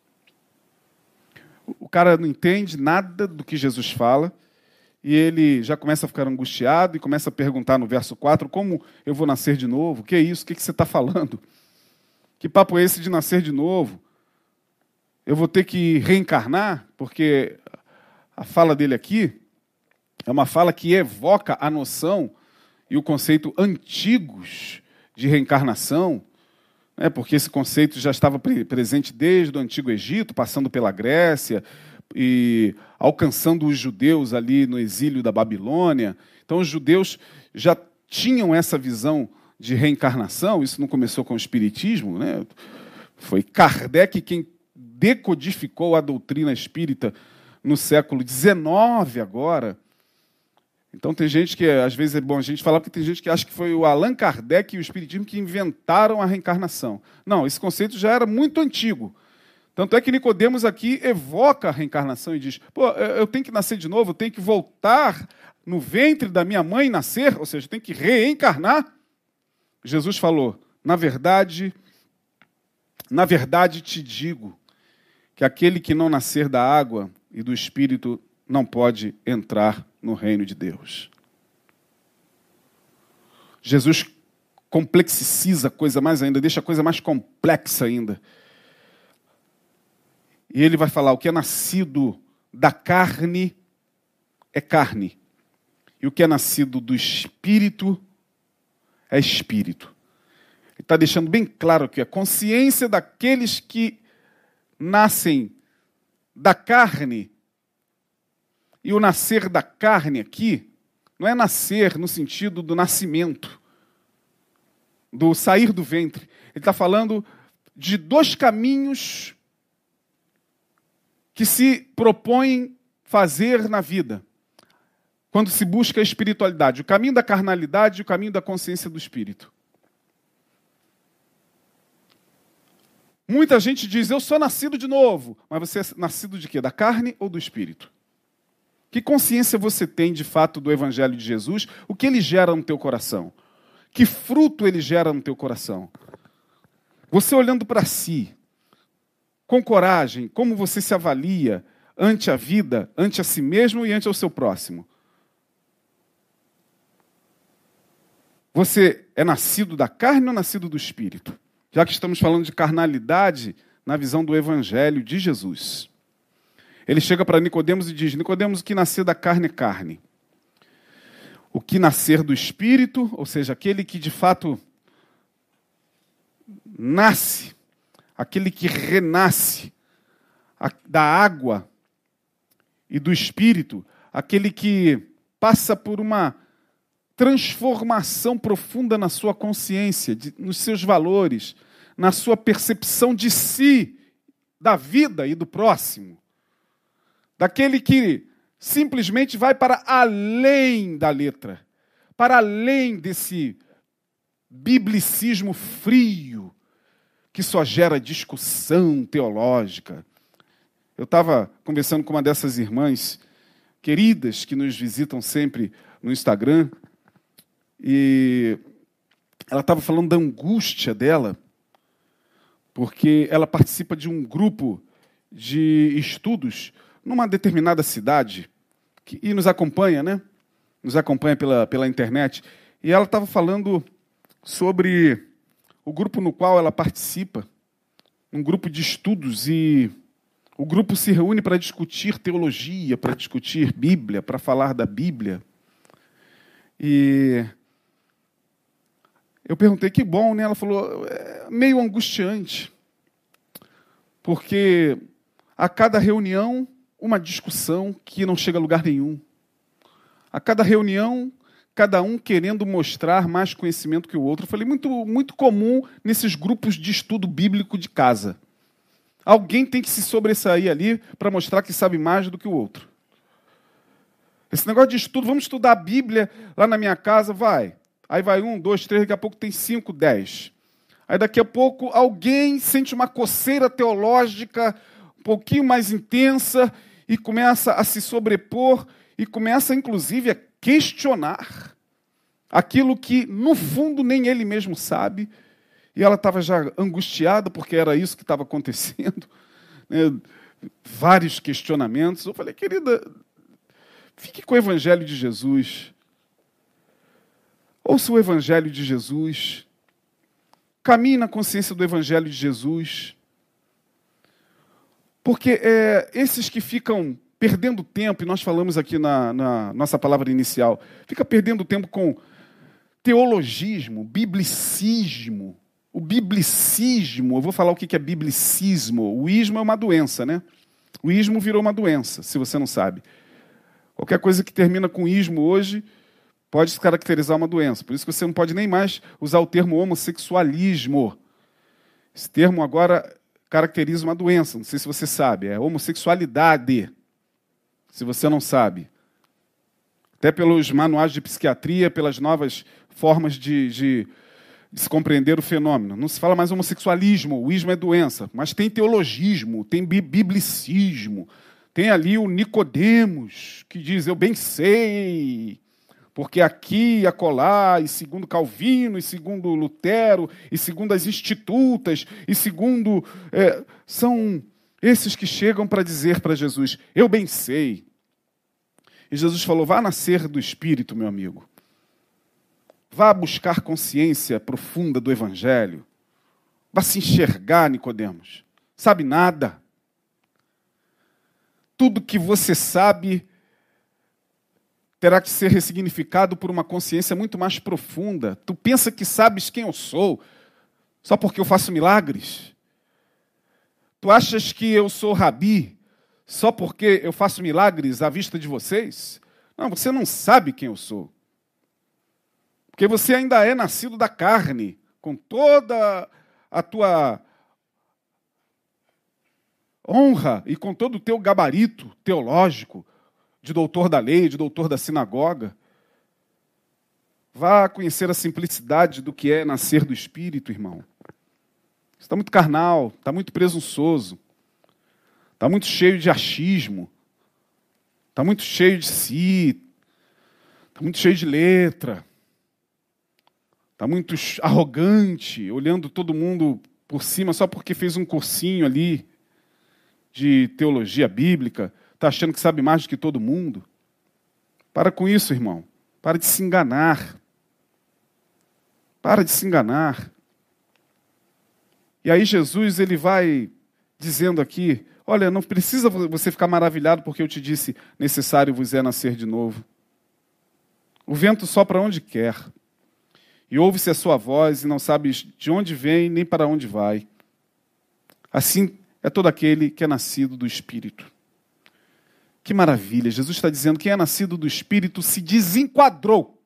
O cara não entende nada do que Jesus fala, e ele já começa a ficar angustiado e começa a perguntar no verso 4, como eu vou nascer de novo? O que é isso? O que você está falando? Que papo é esse de nascer de novo? Eu vou ter que reencarnar? Porque a fala dele aqui é uma fala que evoca a noção e o conceito antigos de reencarnação, né? Porque esse conceito já estava presente desde o Antigo Egito, passando pela Grécia e alcançando os judeus ali no exílio da Babilônia. Então, os judeus já tinham essa visão de reencarnação. Isso não começou com o Espiritismo, né? Foi Kardec quem decodificou a doutrina espírita no século XIX agora. Então tem gente que, às vezes é bom a gente falar, porque tem gente que acha que foi o Allan Kardec e o Espiritismo que inventaram a reencarnação. Não, esse conceito já era muito antigo. Tanto é que Nicodemos aqui evoca a reencarnação e diz: pô, eu tenho que nascer de novo, eu tenho que voltar no ventre da minha mãe e nascer, ou seja, eu tenho que reencarnar. Jesus falou: Na verdade te digo que aquele que não nascer da água e do Espírito não pode entrar no reino de Deus. Jesus complexiciza a coisa mais ainda, deixa a coisa mais complexa ainda. E ele vai falar, o que é nascido da carne é carne. E o que é nascido do Espírito é Espírito. Ele está deixando bem claro que a consciência daqueles que nascem da carne, e o nascer da carne aqui, não é nascer no sentido do nascimento, do sair do ventre. Ele está falando de dois caminhos que se propõem fazer na vida, quando se busca a espiritualidade. O caminho da carnalidade e o caminho da consciência do Espírito. Muita gente diz, eu sou nascido de novo. Mas você é nascido de quê? Da carne ou do Espírito? Que consciência você tem, de fato, do Evangelho de Jesus? O que ele gera no teu coração? Que fruto ele gera no teu coração? Você olhando para si, com coragem, como você se avalia ante a vida, ante a si mesmo e ante ao seu próximo? Você é nascido da carne ou nascido do Espírito? Já que estamos falando de carnalidade na visão do Evangelho de Jesus. Ele chega para Nicodemos e diz, Nicodemos, o que nascer da carne é carne. O que nascer do Espírito, ou seja, aquele que de fato nasce, aquele que renasce da água e do Espírito, aquele que passa por uma transformação profunda na sua consciência, nos seus valores, na sua percepção de si, da vida e do próximo. Daquele que simplesmente vai para além da letra, para além desse biblicismo frio, que só gera discussão teológica. Eu estava conversando com uma dessas irmãs queridas que nos visitam sempre no Instagram, e ela estava falando da angústia dela, porque ela participa de um grupo de estudos numa determinada cidade, e nos acompanha, né? Nos acompanha pela internet. E ela estava falando sobre o grupo no qual ela participa, um grupo de estudos, e o grupo se reúne para discutir teologia, para discutir Bíblia, para falar da Bíblia. E eu perguntei, que bom, né? Ela falou, é meio angustiante, porque a cada reunião, uma discussão que não chega a lugar nenhum. A cada reunião, cada um querendo mostrar mais conhecimento que o outro. Eu falei, muito comum nesses grupos de estudo bíblico de casa. Alguém tem que se sobressair ali para mostrar que sabe mais do que o outro. Esse negócio de estudo, vamos estudar a Bíblia lá na minha casa, vai. Aí vai 1, 2, 3, daqui a pouco tem 5, 10. Aí daqui a pouco alguém sente uma coceira teológica um pouquinho mais intensa e começa a se sobrepor e começa, inclusive, a questionar aquilo que, no fundo, nem ele mesmo sabe. E ela estava já angustiada, porque era isso que estava acontecendo, né? Vários questionamentos. Eu falei, querida, fique com o Evangelho de Jesus. Ouça o Evangelho de Jesus. Caminhe na consciência do Evangelho de Jesus. Porque esses que ficam perdendo tempo, e nós falamos aqui na nossa palavra inicial, fica perdendo tempo com teologismo, biblicismo. O biblicismo, eu vou falar o que é biblicismo. O ismo é uma doença, né? O ismo virou uma doença, se você não sabe. Qualquer coisa que termina com ismo hoje pode se caracterizar uma doença. Por isso que você não pode nem mais usar o termo homossexualismo. Esse termo agora caracteriza uma doença, não sei se você sabe, é homossexualidade, se você não sabe. Até pelos manuais de psiquiatria, pelas novas formas de se compreender o fenômeno. Não se fala mais homossexualismo, o ismo é doença, mas tem teologismo, tem biblicismo, tem ali o Nicodemos, que diz, eu bem sei, Porque aqui e acolá, e segundo Calvino, e segundo Lutero, e segundo as institutas, e segundo... são esses que chegam para dizer para Jesus, eu bem sei. E Jesus falou, vá nascer do Espírito, meu amigo. Vá buscar consciência profunda do Evangelho. Vá se enxergar, Nicodemos. Sabe nada. Tudo que você sabe terá que ser ressignificado por uma consciência muito mais profunda. Tu pensa que sabes quem eu sou só porque eu faço milagres? Tu achas que eu sou rabi só porque eu faço milagres à vista de vocês? Não, você não sabe quem eu sou. Porque você ainda é nascido da carne, com toda a tua honra e com todo o teu gabarito teológico, de doutor da lei, de doutor da sinagoga. Vá conhecer a simplicidade do que é nascer do Espírito, irmão. Você está muito carnal, está muito presunçoso, está muito cheio de achismo, está muito cheio de si, está muito cheio de letra, está muito arrogante, olhando todo mundo por cima só porque fez um cursinho ali de teologia bíblica, está achando que sabe mais do que todo mundo. Para com isso, irmão. Para de se enganar. Para de se enganar. E aí Jesus, ele vai dizendo aqui, olha, não precisa você ficar maravilhado porque eu te disse, necessário vos é nascer de novo. O vento sopra onde quer. E ouve-se a sua voz e não sabes de onde vem nem para onde vai. Assim é todo aquele que é nascido do Espírito. Que maravilha, Jesus está dizendo que quem é nascido do Espírito se desenquadrou.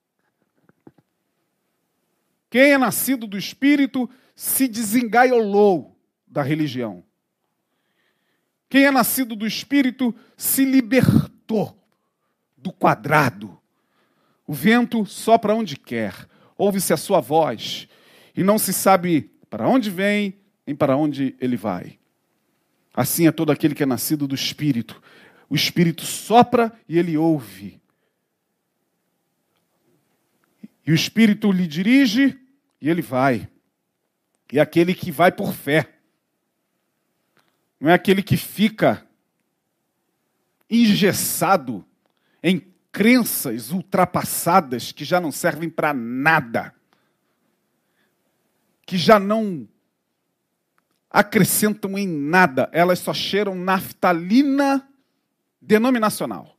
Quem é nascido do Espírito se desengaiolou da religião. Quem é nascido do Espírito se libertou do quadrado. O vento sopra onde quer, ouve-se a sua voz, e não se sabe para onde vem, nem para onde ele vai. Assim é todo aquele que é nascido do Espírito. O Espírito sopra e ele ouve. E o Espírito lhe dirige e ele vai. E é aquele que vai por fé. Não é aquele que fica engessado em crenças ultrapassadas que já não servem para nada. Que já não acrescentam em nada. Elas só cheiram naftalina denominacional.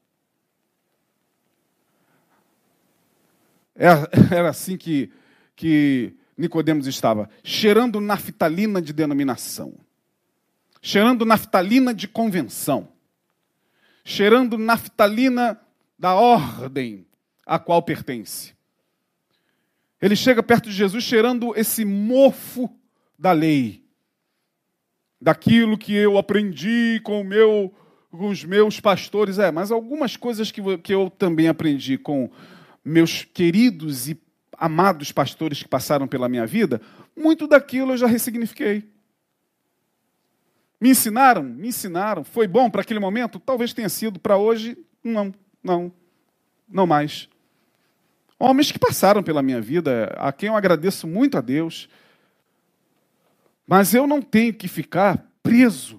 Era assim que Nicodemos estava, cheirando naftalina de denominação, cheirando naftalina de convenção, cheirando naftalina da ordem a qual pertence. Ele chega perto de Jesus cheirando esse mofo da lei, daquilo que eu aprendi com os meus pastores, mas algumas coisas que eu também aprendi com meus queridos e amados pastores que passaram pela minha vida, muito daquilo eu já ressignifiquei. Me ensinaram. Foi bom para aquele momento? Talvez tenha sido. Para hoje, não mais. Homens que passaram pela minha vida, a quem eu agradeço muito a Deus, mas eu não tenho que ficar preso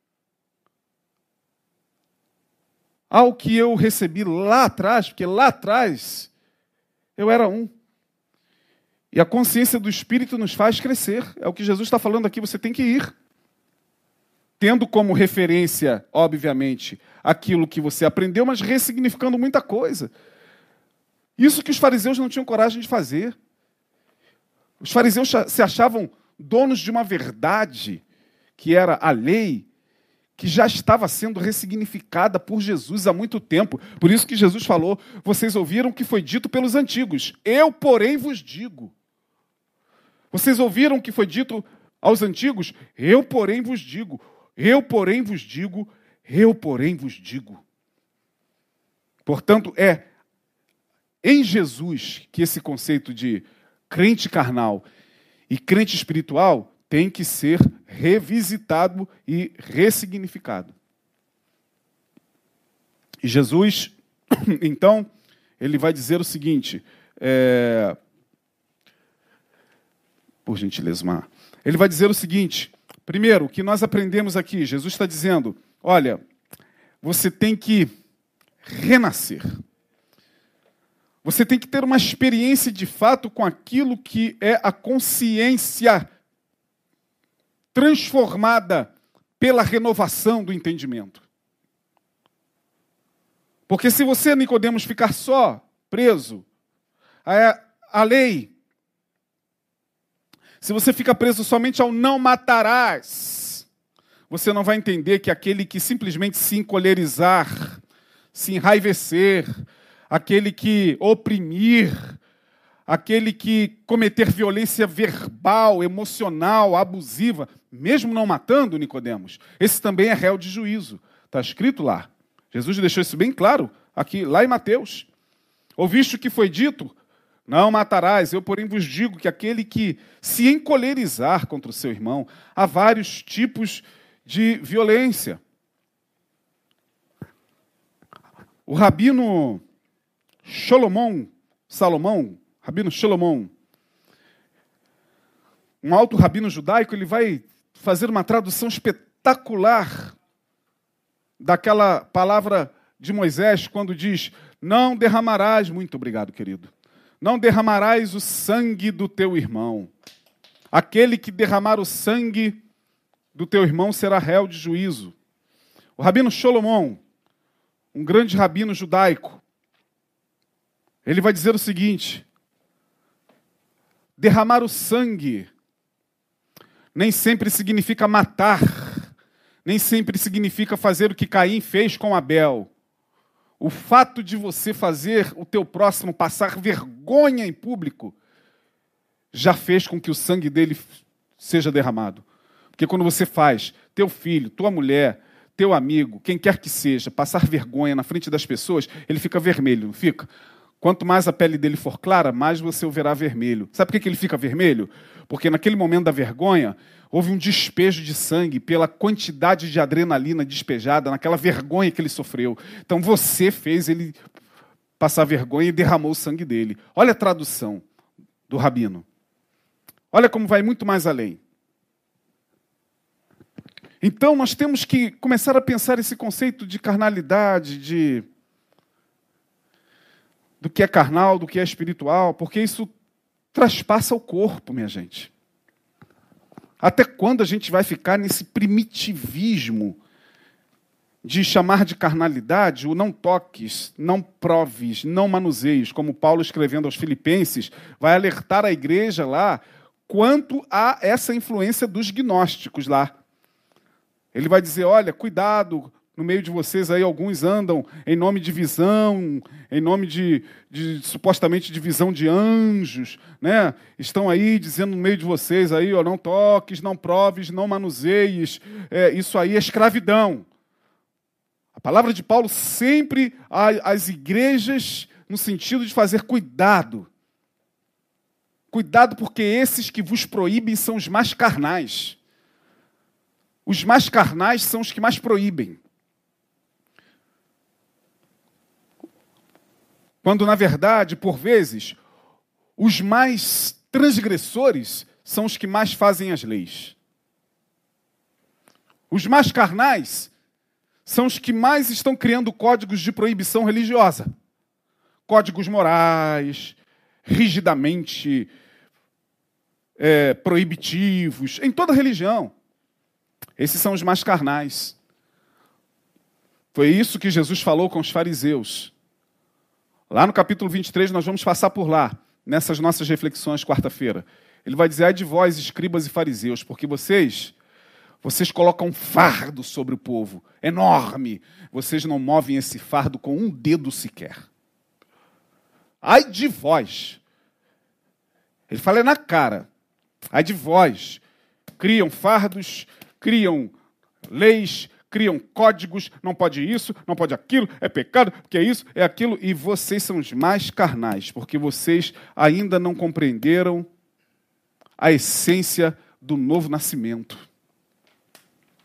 ao que eu recebi lá atrás, porque lá atrás eu era um. E a consciência do Espírito nos faz crescer. É o que Jesus está falando aqui, você tem que ir. Tendo como referência, obviamente, aquilo que você aprendeu, mas ressignificando muita coisa. Isso que os fariseus não tinham coragem de fazer. Os fariseus se achavam donos de uma verdade, que era a lei, que já estava sendo ressignificada por Jesus há muito tempo. Por isso que Jesus falou, vocês ouviram o que foi dito pelos antigos. Eu, porém, vos digo. Vocês ouviram o que foi dito aos antigos? Eu, porém, vos digo. Eu, porém, vos digo. Eu, porém, vos digo. Portanto, é em Jesus que esse conceito de crente carnal e crente espiritual tem que ser revisitado e ressignificado. E Jesus, então, ele vai dizer o seguinte, por gentileza, Mar. Ele vai dizer o seguinte, primeiro, o que nós aprendemos aqui, Jesus está dizendo, olha, você tem que renascer. Você tem que ter uma experiência de fato com aquilo que é a consciência transformada pela renovação do entendimento. Porque se você, Nicodemos, ficar só preso à lei, se você fica preso somente ao não matarás, você não vai entender que aquele que simplesmente se encolerizar, se enraivecer, aquele que oprimir, aquele que cometer violência verbal, emocional, abusiva, mesmo não matando, Nicodemos, esse também é réu de juízo. Está escrito lá. Jesus deixou isso bem claro aqui, lá em Mateus. Ouviste o que foi dito? Não matarás. Eu, porém, vos digo que aquele que se encolerizar contra o seu irmão, há vários tipos de violência. O rabino Rabino Salomão, um alto rabino judaico, ele vai fazer uma tradução espetacular daquela palavra de Moisés, quando diz, não derramarás, muito obrigado, querido, não derramarás o sangue do teu irmão. Aquele que derramar o sangue do teu irmão será réu de juízo. O rabino Salomão, um grande rabino judaico, ele vai dizer o seguinte, derramar o sangue nem sempre significa matar, nem sempre significa fazer o que Caim fez com Abel. O fato de você fazer o teu próximo passar vergonha em público já fez com que o sangue dele seja derramado. Porque quando você faz teu filho, tua mulher, teu amigo, quem quer que seja, passar vergonha na frente das pessoas, ele fica vermelho, não fica? Quanto mais a pele dele for clara, mais você o verá vermelho. Sabe por que ele fica vermelho? Porque naquele momento da vergonha, houve um despejo de sangue pela quantidade de adrenalina despejada, naquela vergonha que ele sofreu. Então você fez ele passar vergonha e derramou o sangue dele. Olha a tradução do rabino. Olha como vai muito mais além. Então nós temos que começar a pensar esse conceito de carnalidade, do que é carnal, do que é espiritual, porque isso traspassa o corpo, minha gente. Até quando a gente vai ficar nesse primitivismo de chamar de carnalidade o não toques, não proves, não manuseios, como Paulo escrevendo aos Filipenses, vai alertar a igreja lá quanto a essa influência dos gnósticos lá. Ele vai dizer, olha, cuidado, no meio de vocês aí alguns andam em nome de visão, em nome de supostamente de visão de anjos, né? Estão aí dizendo no meio de vocês aí, ó, não toques, não proves, não manuseies, isso aí é escravidão. A palavra de Paulo sempre às igrejas no sentido de fazer cuidado. Cuidado porque esses que vos proíbem são os mais carnais. Os mais carnais são os que mais proíbem. Quando, na verdade, por vezes, os mais transgressores são os que mais fazem as leis. Os mais carnais são os que mais estão criando códigos de proibição religiosa. Códigos morais, rigidamente proibitivos, em toda religião. Esses são os mais carnais. Foi isso que Jesus falou com os fariseus. Lá no capítulo 23, nós vamos passar por lá, nessas nossas reflexões, quarta-feira. Ele vai dizer, ai de vós, escribas e fariseus, porque vocês colocam um fardo sobre o povo, enorme. Vocês não movem esse fardo com um dedo sequer. Ai de vós. Ele fala na cara. Ai de vós. Criam fardos, criam leis, criam códigos, não pode isso, não pode aquilo, é pecado, porque é isso, é aquilo, e vocês são os mais carnais, porque vocês ainda não compreenderam a essência do novo nascimento.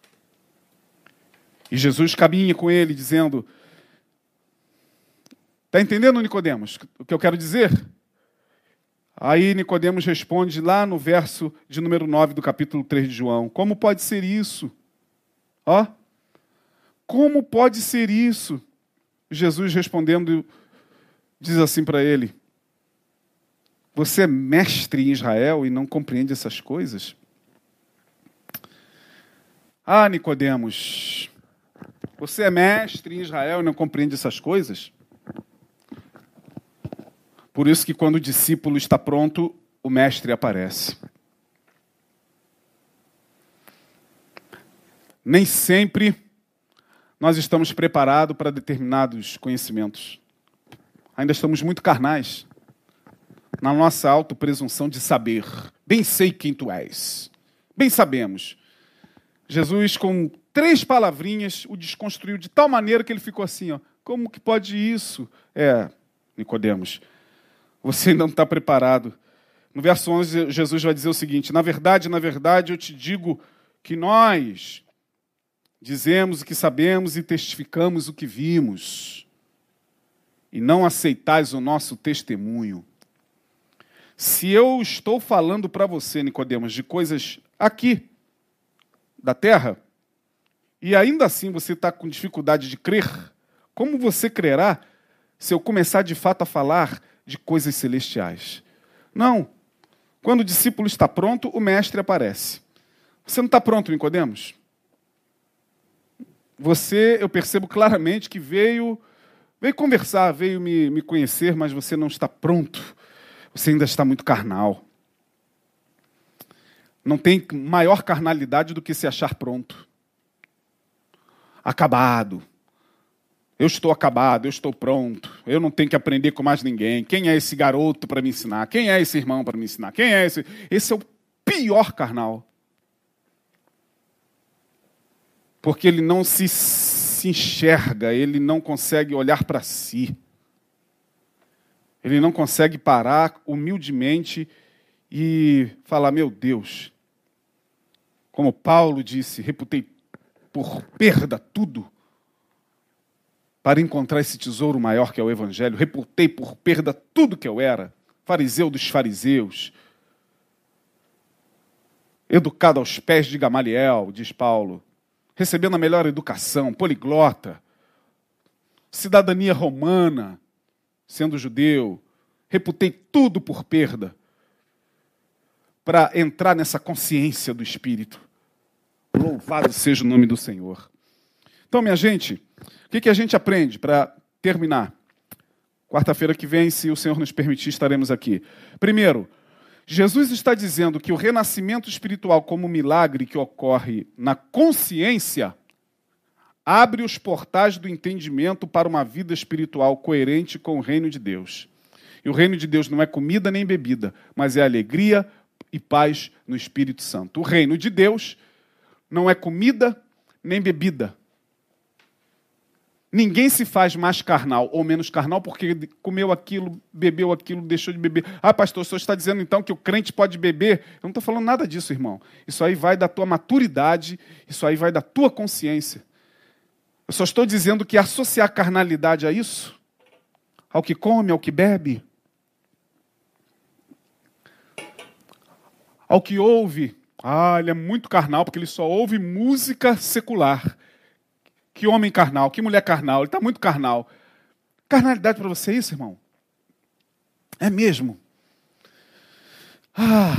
E Jesus caminha com ele, dizendo, Está entendendo, Nicodemos, o que eu quero dizer? Aí Nicodemos responde lá no verso de número 9 do capítulo 3 de João. Como pode ser isso? Ó, como pode ser isso? Jesus respondendo, diz assim para ele: você é mestre em Israel e não compreende essas coisas? Ah, Nicodemos, você é mestre em Israel e não compreende essas coisas? Por isso que quando o discípulo está pronto, o mestre aparece. Nem sempre nós estamos preparados para determinados conhecimentos. Ainda estamos muito carnais na nossa autopresunção de saber. Bem sei quem tu és. Bem sabemos. Jesus, com 3 palavrinhas, o desconstruiu de tal maneira que ele ficou assim, ó, como que pode isso? Nicodemos, você ainda não está preparado. No verso 11, Jesus vai dizer o seguinte: na verdade, eu te digo que nós dizemos o que sabemos e testificamos o que vimos, e não aceitais o nosso testemunho. Se eu estou falando para você, Nicodemos, de coisas aqui, da terra, e ainda assim você está com dificuldade de crer, como você crerá se eu começar de fato a falar de coisas celestiais? Não. Quando o discípulo está pronto, o mestre aparece. Você não está pronto, Nicodemos? Você, eu percebo claramente que veio conversar, veio me conhecer, mas você não está pronto. Você ainda está muito carnal. Não tem maior carnalidade do que se achar pronto. Acabado. Eu estou acabado, eu estou pronto. Eu não tenho que aprender com mais ninguém. Quem é esse garoto para me ensinar? Quem é esse irmão para me ensinar? Quem é esse? Esse é o pior carnal. Porque ele não se enxerga, ele não consegue olhar para si. Ele não consegue parar humildemente e falar: meu Deus, como Paulo disse, reputei por perda tudo para encontrar esse tesouro maior que é o Evangelho. Reputei por perda tudo que eu era, fariseu dos fariseus, educado aos pés de Gamaliel, diz Paulo, recebendo a melhor educação, poliglota, cidadania romana, sendo judeu. Reputei tudo por perda para entrar nessa consciência do Espírito. Louvado seja o nome do Senhor. Então, minha gente, o que a gente aprende para terminar? Quarta-feira que vem, se o Senhor nos permitir, estaremos aqui. Primeiro, Jesus está dizendo que o renascimento espiritual como milagre que ocorre na consciência abre os portais do entendimento para uma vida espiritual coerente com o reino de Deus. E o reino de Deus não é comida nem bebida, mas é alegria e paz no Espírito Santo. O reino de Deus não é comida nem bebida. Ninguém se faz mais carnal ou menos carnal porque comeu aquilo, bebeu aquilo, deixou de beber. Ah, pastor, o senhor está dizendo então que o crente pode beber? Eu não estou falando nada disso, irmão. Isso aí vai da tua maturidade, isso aí vai da tua consciência. Eu só estou dizendo que associar carnalidade a isso, ao que come, ao que bebe, ao que ouve. Ah, ele é muito carnal porque ele só ouve música secular. Que homem carnal, que mulher carnal, ele está muito carnal. Carnalidade para você é isso, irmão? É mesmo? Ah,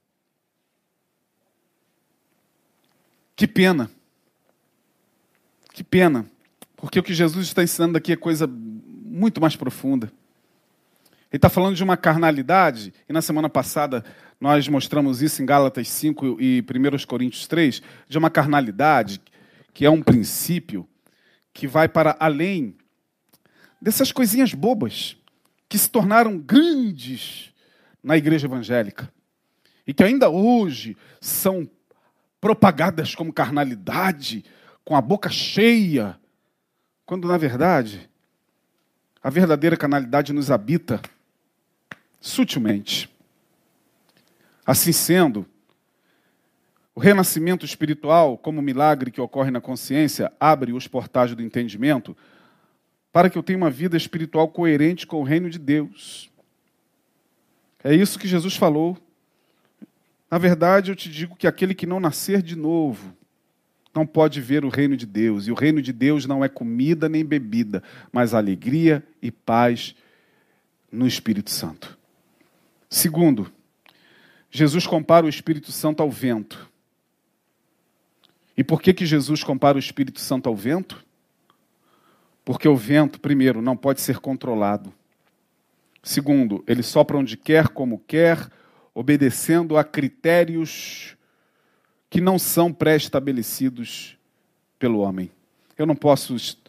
que pena. Que pena. Porque o que Jesus está ensinando aqui é coisa muito mais profunda. Ele está falando de uma carnalidade, e na semana passada nós mostramos isso em Gálatas 5 e 1 Coríntios 3, de uma carnalidade que é um princípio que vai para além dessas coisinhas bobas que se tornaram grandes na igreja evangélica e que ainda hoje são propagadas como carnalidade, com a boca cheia, quando, na verdade, a verdadeira carnalidade nos habita sutilmente. Assim sendo, o renascimento espiritual, como milagre que ocorre na consciência, abre os portais do entendimento para que eu tenha uma vida espiritual coerente com o reino de Deus. É isso que Jesus falou. Na verdade, eu te digo que aquele que não nascer de novo não pode ver o reino de Deus. E o reino de Deus não é comida nem bebida, mas alegria e paz no Espírito Santo. Segundo, Jesus compara o Espírito Santo ao vento. E por que Jesus compara o Espírito Santo ao vento? Porque o vento, primeiro, não pode ser controlado. Segundo, ele sopra onde quer, como quer, obedecendo a critérios que não são pré-estabelecidos pelo homem. Eu não posso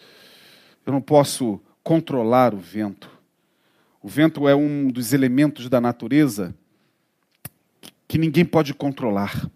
controlar o vento. O vento é um dos elementos da natureza que ninguém pode controlar.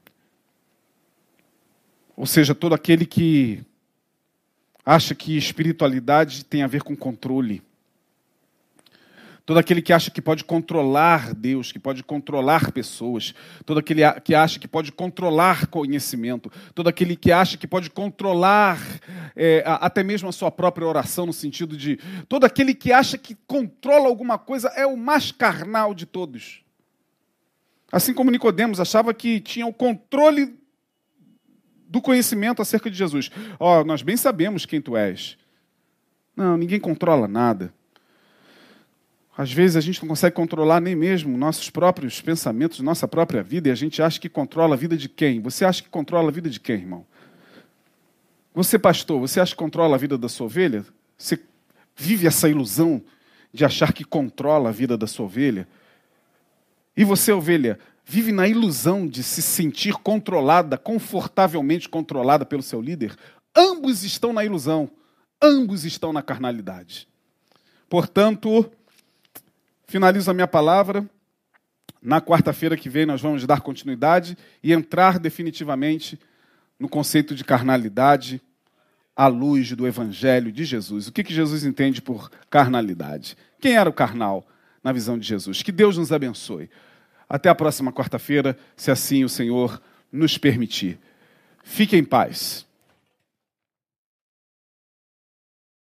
Ou seja, todo aquele que acha que espiritualidade tem a ver com controle. Todo aquele que acha que pode controlar Deus, que pode controlar pessoas. Todo aquele que acha que pode controlar conhecimento. Todo aquele que acha que pode controlar até mesmo a sua própria oração, no sentido de... Todo aquele que acha que controla alguma coisa é o mais carnal de todos. Assim como Nicodemos achava que tinha o controle do conhecimento acerca de Jesus. Nós bem sabemos quem tu és. Não, ninguém controla nada. Às vezes a gente não consegue controlar nem mesmo nossos próprios pensamentos, nossa própria vida, e a gente acha que controla a vida de quem? Você acha que controla a vida de quem, irmão? Você, pastor, você acha que controla a vida da sua ovelha? Você vive essa ilusão de achar que controla a vida da sua ovelha? E você, ovelha, vive na ilusão de se sentir controlada, confortavelmente controlada pelo seu líder? Ambos estão na ilusão, ambos estão na carnalidade. Portanto, finalizo a minha palavra. Na quarta-feira que vem nós vamos dar continuidade e entrar definitivamente no conceito de carnalidade à luz do Evangelho de Jesus. O que Jesus entende por carnalidade? Quem era o carnal na visão de Jesus? Que Deus nos abençoe. Até a próxima quarta-feira, se assim o Senhor nos permitir. Fique em paz.